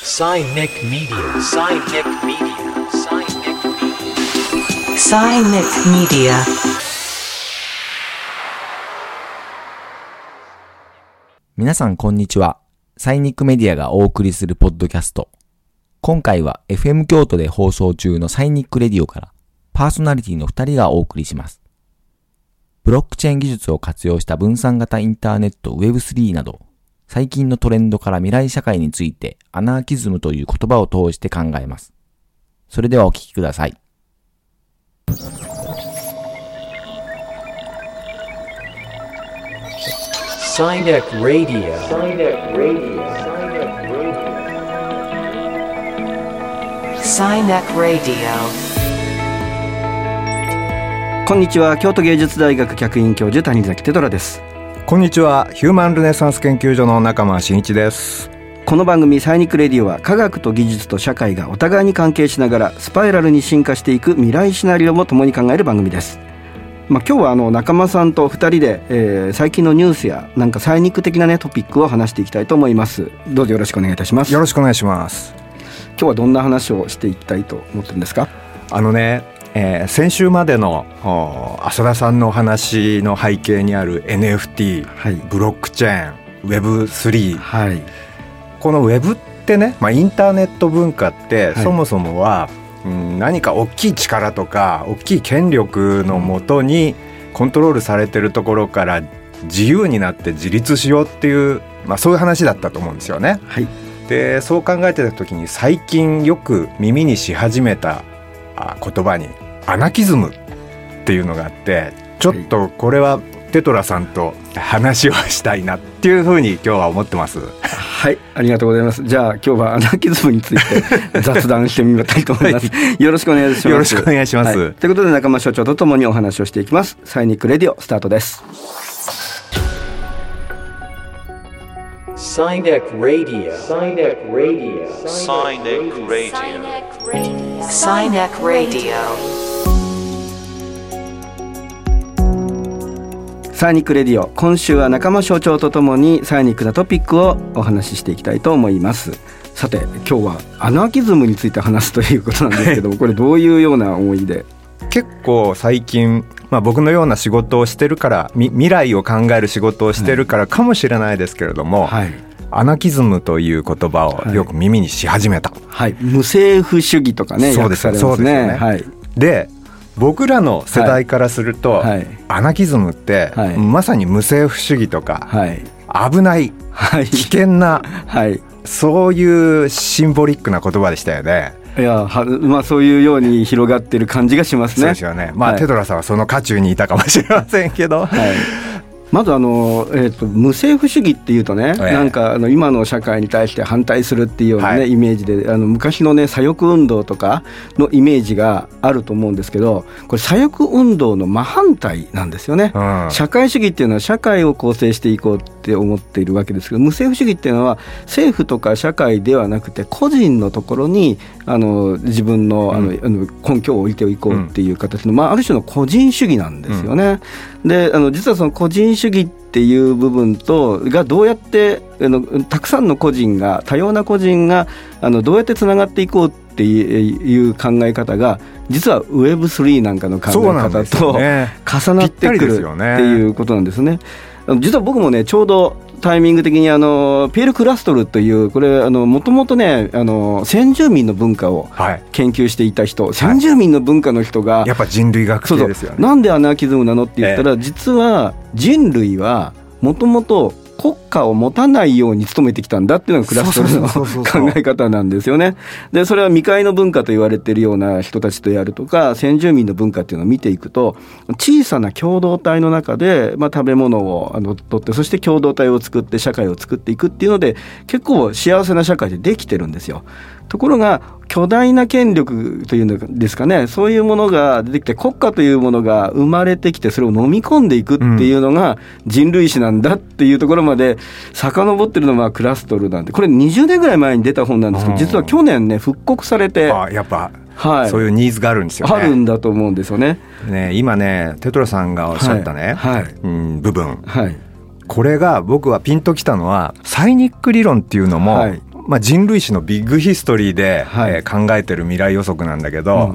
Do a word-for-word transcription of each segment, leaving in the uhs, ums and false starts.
Sci-Nic Media. Sci-Nic Media. Sci-Nic Media. 皆さんこんにちは。サイニックメディアがお送りするポッドキャスト。今回は エフエム 京都で放送中のサイニックレディオからパーソナリティのふたりがお送りします。ブロックチェーン技術を活用した分散型インターネット ウェブスリー など、最近のトレンドから未来社会についてアナーキズムという言葉を通して考えます。それではお聞きください。 Sci-Nic Radio. Sci-Nic Radio. Sci-Nic Radio。 こんにちは。京都芸術大学客員教授谷崎テドラです。 こんにちは。ヒューマンルネサンス研究所の中間真一です。 この番組サイニックレディオは科学と技術と社会がお互いに関係しながらスパイラルに進化していく未来シナリオも共に考える番組です。まあ、今日はあの中間さんとふたりで、えー、最近のニュースやなんかサイニック的な、ね、トピックを話していきたいと思います。どうぞよろしくお願いいたします。 よろしくお願いします。 今日はどんな話をしていきたいと思ってるんですか？ あのね、えー、先週までの浅田さんのお話の背景にある エヌエフティー、はい、ブロックチェーン ウェブスリー、はい、この Web ってね、まあ、インターネット文化って、はい、そもそもはうん、何か大きい力とか大きい権力のもとにコントロールされてるところから自由になって自立しようっていう、まあ、そういう話だったと思うんですよね、はい、でそう考えてた時に最近よく耳にし始めた言葉にアナキズムっていうのがあって、ちょっとこれはテトラさんと話をしたいなっていうふうに今日は思ってます。 はい、ありがとうございます。じゃあ今日はアナキズムについて雑談してみたいと思います、はい、よろしくお願いします。 よろしくお願いします、 はい、ということで中間所長とともにお話をしていきます。サイニックレディオスタートです。 サイニックレディオ。サイニックレディオ。 サイニックレディオ。サイニックレディオ。 サイニックレディオ、今週は中間所長とともにサイニックなトピックをお話ししていきたいと思います。さて今日はアナーキズムについて話すということなんですけどもこれどういうような思いで？ 結構最近、まあ、僕のような仕事をしてるから未来を考える仕事をしてるからかもしれないですけれども、はい、アナキズムという言葉をよく耳にし始めた、 はいはい、無政府主義とかね、 そうです、 訳されますね。 そうですよね、はい、で僕らの世代からすると、はい、アナキズムって、はい、まさに無政府主義とか、はい、危ない、はい、危険な、はい、そういうシンボリックな言葉でしたよね。 いやは、まあ、そういうように広がってる感じがしますね。 そうですよね、まあはい、テドラさんはその渦中にいたかもしれませんけど、はいまずあの、えー、と無政府主義っていうとね、えー、なんかあの今の社会に対して反対するっていうような、ねはい、イメージであの昔のね左翼運動とかのイメージがあると思うんですけど、これ左翼運動の真反対なんですよね、うん、社会主義っていうのは社会を構成していこうって思っているわけですけど、無政府主義っていうのは政府とか社会ではなくて個人のところにあの自分 の, あの、うん、あの根拠を置いていこうっていう形の、まあ、ある種の個人主義なんですよね、うん、であの実はその個人主義っていう部分とがどうやってあのたくさんの個人が多様な個人があのどうやってつながっていこうっていう考え方が実は ウェブスリー なんかの考え方と重なってくるっていうことなんですね。実は僕もねちょうどタイミング的にあのピエール・クラストルというこれもともとねあの先住民の文化を研究していた人、はい、先住民の文化の人が、はい、 やっぱ人類学系ですよね。 そうそう、なんでアナーキズムなのって言ったら、えー、実は人類はもともと国家を持たないように努めてきたんだっていうのがクラストルの考え方なんですよね。でそれは未開の文化と言われているような人たちとやるとか先住民の文化っていうのを見ていくと、小さな共同体の中で、まあ、食べ物をあの取ってそして共同体を作って社会を作っていくっていうので結構幸せな社会でできてるんですよ。ところが巨大な権力というのですかね、そういうものが出てきて国家というものが生まれてきてそれを飲み込んでいくっていうのが人類史なんだっていうところまで遡ってるのはクラストルなんで、これにじゅうねんぐらい前に出た本なんですけど、実は去年ね復刻されて、 あやっぱ、はい、そういうニーズがあるんですよね。 あるんだと思うんですよね。 ね今ねテトラさんがおっしゃったね、はいはいうん、部分、はい、これが僕はピンときたのはサイニック理論っていうのも、はいまあ、人類史のビッグヒストリーで、はいえー、考えてる未来予測なんだけど、うんうんうん、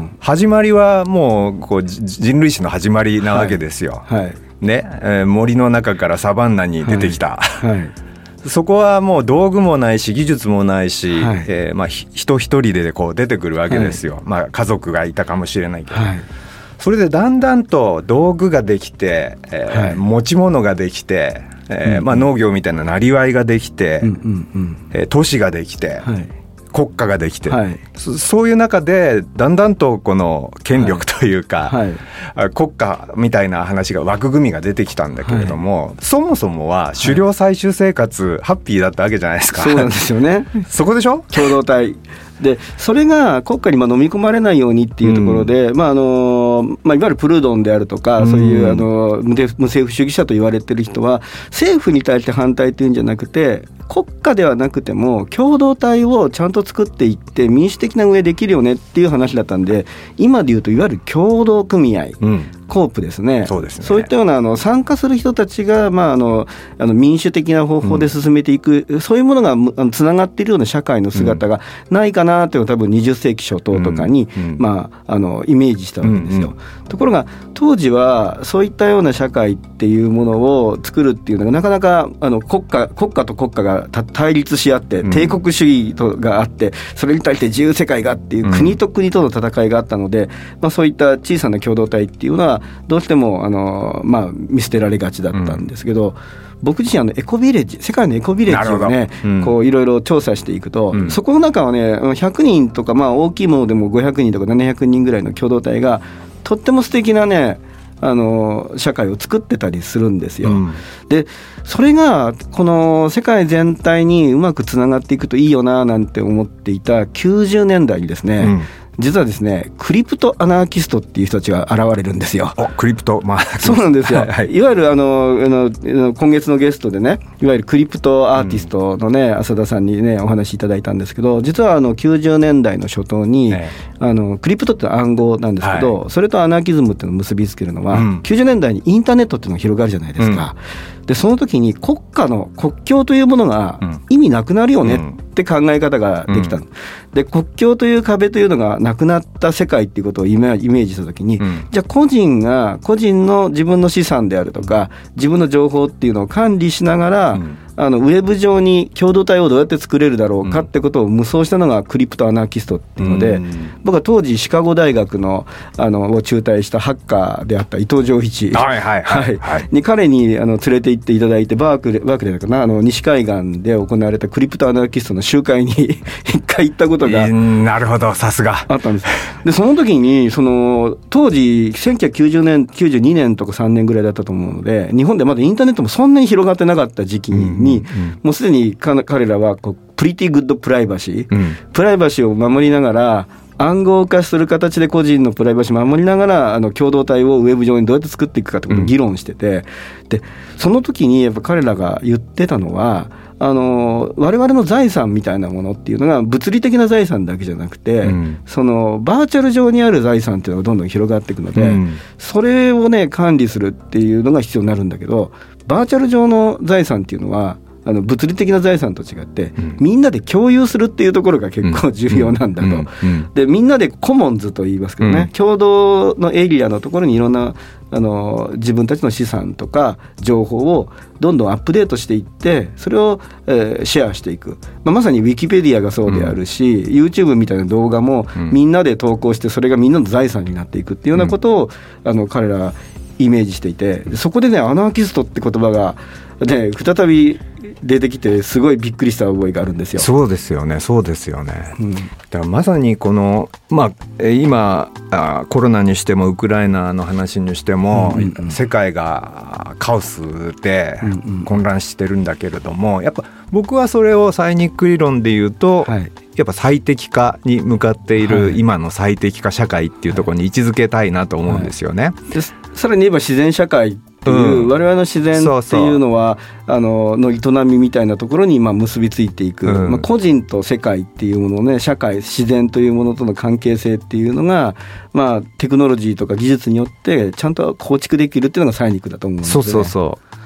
始まりはもう、こう人類史の始まりなわけですよ、はいはいねえー、森の中からサバンナに出てきた、はいはいそこはもう道具もないし技術もないし、はいえーまあ、人一人でこう出てくるわけですよ、はいまあ、家族がいたかもしれないけど、はい、それでだんだんと道具ができて、えーはい、持ち物ができて、えーまあ、農業みたいななりわいができて、うんうんうんえー、都市ができて、はい国家ができて、はい、そ, そういう中でだんだんとこの権力というか、はいはい、国家みたいな話が枠組みが出てきたんだけれども、はい、そもそもは狩猟採集生活、はい、ハッピーだったわけじゃないですか。 そうなんですよねそこでしょ共同体でそれが国家にまあ飲み込まれないようにっていうところで、うんまああのまあ、いわゆるプルドンであるとか、うん、そういうあの無政府主義者と言われてる人は政府に対して反対というんじゃなくて国家ではなくても共同体をちゃんと作っていって民主的な運営できるよねっていう話だったんで今でいうといわゆる協同組合、うん、コープですね。そうですね。そういったようなあの参加する人たちが、まあ、あのあの民主的な方法で進めていく、うん、そういうものがあのつながっているような社会の姿がないかなというのを多分にじゅっせいき初頭とかに、うんうんまあ、あのイメージしたわけですよ、うんうん、ところが当時はそういったような社会っていうものを作るっていうのがなかなかあの国家、国家と国家が対立し合って帝国主義とがあってそれに対して自由世界がっていう国と国との戦いがあったので、まあ、そういった小さな共同体っていうのはどうしてもあの、まあ、見捨てられがちだったんですけど、うん、僕自身あのエコビレッジ世界のエコビレッジをね、うん、こういろいろ調査していくと、うん、そこの中はねひゃくにんとか、まあ、大きいものでもごひゃくにんとかななひゃくにんぐらいの共同体がとっても素敵なねあの社会を作ってたりするんですよ、うん、でそれがこの世界全体にうまくつながっていくといいよななんて思っていたきゅうじゅうねんだいにですね、うん実はですねクリプトアナーキストっていう人たちが現れるんですよ。 おクリプト、まあ、 そうなんですよ、はいはい、いわゆるあのあの今月のゲストでねいわゆるクリプトアーティストのね、うん、浅田さんにねお話しいただいたんですけど実はあのきゅうじゅうねんだいの初頭に、ね、あのクリプトって暗号なんですけど、はい、それとアナーキズムっていうのを結びつけるのは、うん、きゅうじゅうねんだいにインターネットっていうのが広がるじゃないですか、うん、でその時に国家の国境というものが意味なくなるよねって考え方ができた、うん、で国境という壁というのがなくなった世界っていうことをイメージしたときに、うん、じゃあ個人が個人の自分の資産であるとか自分の情報っていうのを管理しながら、うんあのウェブ上に共同体をどうやって作れるだろうかってことを無双したのがクリプトアナーキストっていうので、うん、僕は当時シカゴ大学 の, あのを中退したハッカーであった伊藤浄一、はいはいはいはい、に彼にあの連れて行っていただいてバークレーバークレーだかなあの西海岸で行われたクリプトアナーキストの集会に一回行ったことが、 えー、なるほどさすがあったんです。でその時にその当時せんきゅうひゃくきゅうじゅうねんきゅうじゅうにねんとかさんねんぐらいだったと思うので日本でまだインターネットもそんなに広がってなかった時期に、うんにもうすでに彼らはこうプリティグッドプライバシー、うん、プライバシーを守りながら暗号化する形で個人のプライバシーを守りながらあの共同体をウェブ上にどうやって作っていくかってことを議論してて、うん、でその時にやっぱ彼らが言ってたのはあの我々の財産みたいなものっていうのが物理的な財産だけじゃなくて、うん、そのバーチャル上にある財産っていうのがどんどん広がっていくので、うん、それをね管理するっていうのが必要になるんだけどバーチャル上の財産っていうのはあの物理的な財産と違って、うん、みんなで共有するっていうところが結構重要なんだと、うんうんうん、でみんなでコモンズと言いますけどね、うん、共同のエリアのところにいろんなあの自分たちの資産とか情報をどんどんアップデートしていってそれを、えー、シェアしていく、まあ、まさにウィキペディアがそうであるし、うん、YouTube みたいな動画もみんなで投稿してそれがみんなの財産になっていくっていうようなことを、うん、あの彼らイメージしていてそこでねアナーキストって言葉が、ね、再び出てきてすごいびっくりした覚えがあるんですよ。 そうですよねそうですよね、うん、だからまさにこの、まあ、今あコロナにしてもウクライナの話にしても、うんうんうん、世界がカオスで混乱してるんだけれども、うんうん、やっぱ僕はそれをサイニック理論で言うと、はい、やっぱ最適化に向かっている今の最適化社会っていうところに位置づけたいなと思うんですよね、はいはい、でさらに言えば自然社会っていう、うん、我々の自然っていうのはそうそうあのの営みみたいなところにまあ結びついていく、うんまあ、個人と世界っていうものをね社会自然というものとの関係性っていうのが、まあ、テクノロジーとか技術によってちゃんと構築できるっていうのがサイニックだと思うんですよね。 そうそうそう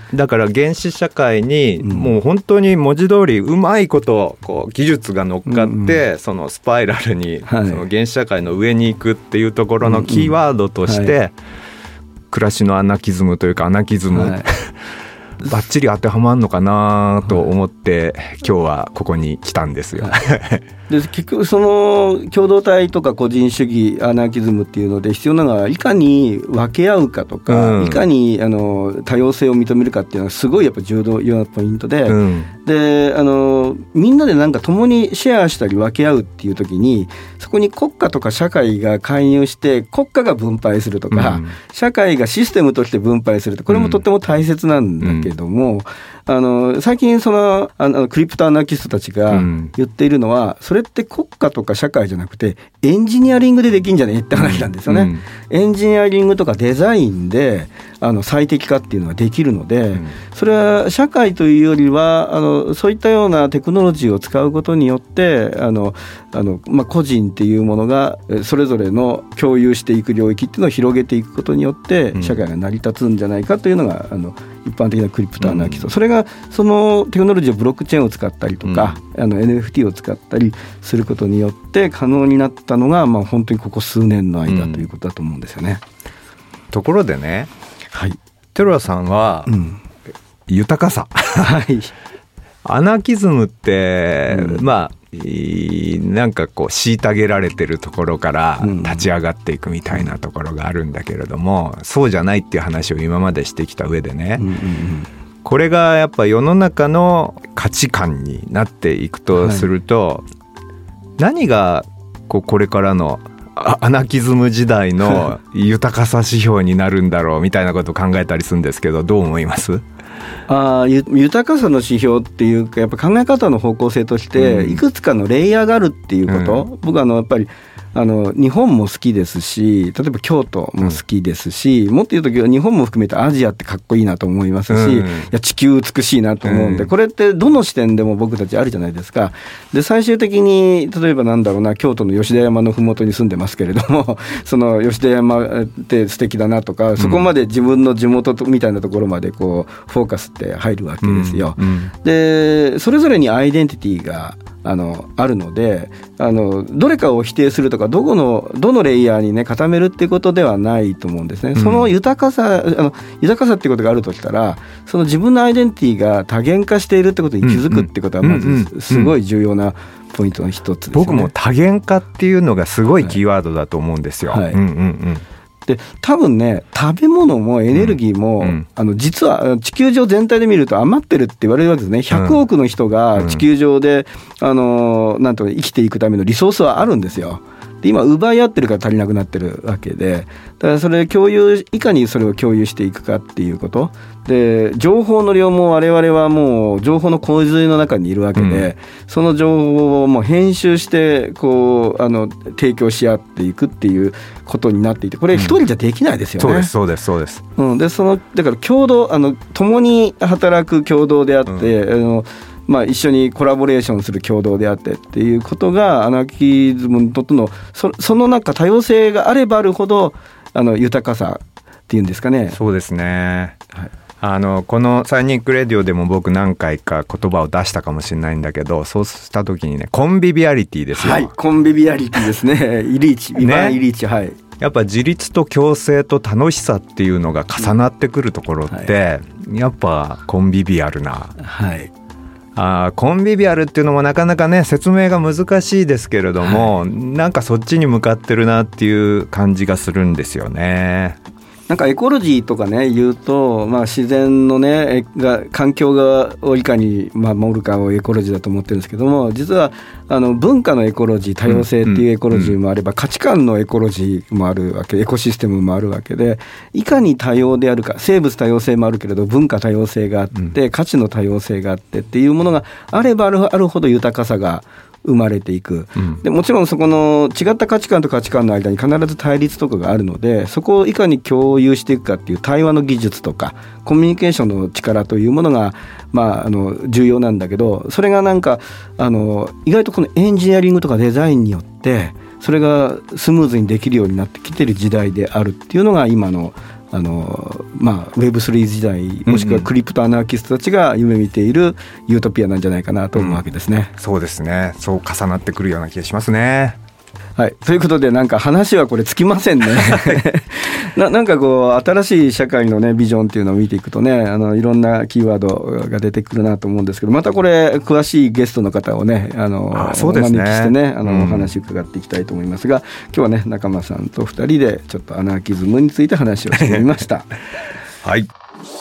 だから原始社会にもう本当に文字通りうまいことこう技術が乗っかってそのスパイラルにその原始社会の上に行くっていうところのキーワードとして暮らしのアナキズムというかアナキズム、はいバッチリ当てはまるのかなと思って今日はここに来たんですよ、はい、 で結局その共同体とか個人主義アナーキズムっていうので必要なのはいかに分け合うかとか、うん、いかにあの多様性を認めるかっていうのがすごいやっぱ重要なポイントで、うん、であのみんなでなんか共にシェアしたり分け合うっていう時にそこに国家とか社会が介入して国家が分配するとか、うん、社会がシステムとして分配するとこれもとっても大切なんだけど、うんけどもあの最近そのあのクリプトアナキストたちが言っているのは、うん、それって国家とか社会じゃなくてエンジニアリングでできんじゃねえって話なんですよね、うん、エンジニアリングとかデザインであの最適化っていうのができるので、うん、それは社会というよりはあのそういったようなテクノロジーを使うことによってあのあの、まあ、個人っていうものがそれぞれの共有していく領域っていうのを広げていくことによって社会が成り立つんじゃないかというのがあの一般的なクリプトアナキスト、うん、それがそのテクノロジーをブロックチェーンを使ったりとか、うん、あの エヌエフティー を使ったりすることによって可能になったのが、まあ、本当にここ数年の間ということだと思うんですよね、 うん、ところでね、 はい、 テロラさんは、うん、豊かさ、 はい、 アナキズムって、うん、まあなんかこう虐げられてるところから立ち上がっていくみたいなところがあるんだけれども、うん、そうじゃないっていう話を今までしてきた上でね、うんうんうん、これがやっぱ世の中の価値観になっていくとすると、はい、何がこうこれからのアナキズム時代の豊かさ指標になるんだろうみたいなことを考えたりするんですけど、どう思います？ あ豊かさの指標っていうかやっぱ考え方の方向性としていくつかのレイヤーがあるっていうこと、うん、僕はあのやっぱりあの日本も好きですし例えば京都も好きですし、うん、もっと言うときは日本も含めてアジアってかっこいいなと思いますし、うん、いや地球美しいなと思うんで、うん、これってどの視点でも僕たちあるじゃないですか。で最終的に例えばなんだろうな京都の吉田山のふもとに住んでますけれどもその吉田山って素敵だなとかそこまで自分の地元みたいなところまでこうフォーカスって入るわけですよ、うんうん、でそれぞれにアイデンティティがあのあるのであのどれかを否定するとかどこのどのレイヤーにね固めるっていうことではないと思うんですね、うん、その豊かさあの豊かさっていうことがあるとしたらその自分のアイデンティティが多元化しているってことに気づくってことはまずすごい重要なポイントの一つですね。 僕も多元化っていうのがすごいキーワードだと思うんですよ、はいはい、うんうんうんで多分ね食べ物もエネルギーも、うんうん、あの実は地球上全体で見ると余ってるって言われるわけですね。ひゃくおくの人が地球上で、うん、あのなんと生きていくためのリソースはあるんですよ。で今奪い合ってるから足りなくなってるわけでだからそれ共有いかにそれを共有していくかっていうことで情報の量も我々はもう情報の洪水の中にいるわけで、うん、その情報をもう編集してこうあの提供し合っていくっていうことになっていてこれ一人じゃできないですよね、 うん、そうですそうですそうです、 うん、でそのだから共同あの共に働く共同であって、うん、あのまあ、一緒にコラボレーションする共同であってっていうことがアナキズムとの そ, その中多様性があればあるほどあの豊かさっていうんですかね。 そうですね、はい、あのこのサイニックレディオでも僕何回か言葉を出したかもしれないんだけどそうした時にねコンビビアリティですよ。 はいコンビビアリティですねイリーチイバンイリーチ、はいやっぱ自立と共生と楽しさっていうのが重なってくるところって、うんはい、やっぱコンビビアルな、 はいあコンビビアルっていうのもなかなかね説明が難しいですけれども、はい、なんかそっちに向かってるなっていう感じがするんですよね。 なんかエコロジーとかね言うと、まあ、自然のねが環境がをいかに守るかをエコロジーだと思ってるんですけども実はあの文化のエコロジー多様性っていうエコロジーもあれば、うんうん、価値観のエコロジーもあるわけエコシステムもあるわけでいかに多様であるか生物多様性もあるけれど文化多様性があって、うん、価値の多様性があってっていうものがあればある、あるほど豊かさが生まれていく、うん、でもちろんそこの違った価値観と価値観の間に必ず対立とかがあるのでそこをいかに共有していくかっていう対話の技術とかコミュニケーションの力というものが、まあ、あの重要なんだけどそれがなんかあの意外とこのエンジニアリングとかデザインによってそれがスムーズにできるようになってきてる時代であるっていうのが今のあの、まあ、ウェブスリー 時代もしくはクリプトアナーキストたちが夢見ているユートピアなんじゃないかなと思うわけですね、 うん、そうですね。そう重なってくるような気がしますね。 はい、ということでなんか話はこれつきませんねな, なんかこう新しい社会のねビジョンっていうのを見ていくとね、あのいろんなキーワードが出てくるなと思うんですけど、またこれ詳しいゲストの方をねあのあそうですねお招きしてねあの、うん、お話伺っていきたいと思いますが、今日はね中間さんとふたりでちょっとアナーキズムについて話をしてみましたはい。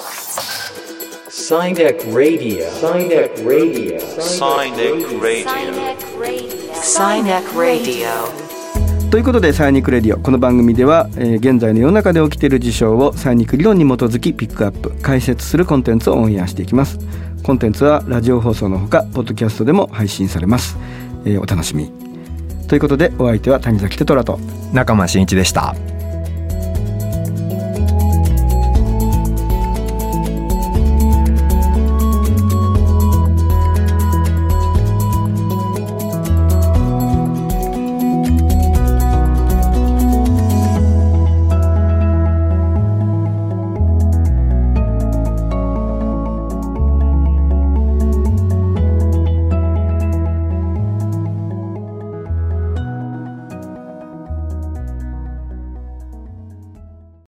サイネック Radio サイネック Radio サイネック Radio サイネック Radio ということでサイニックレディオ、この番組では、えー、現在の世の中で起きている事象をサイニック理論に基づきピックアップ解説するコンテンツをオンエアしていきます。コンテンツはラジオ放送のほかポッドキャストでも配信されます、えー、お楽しみということで、お相手は谷崎テトラと中間真一でした。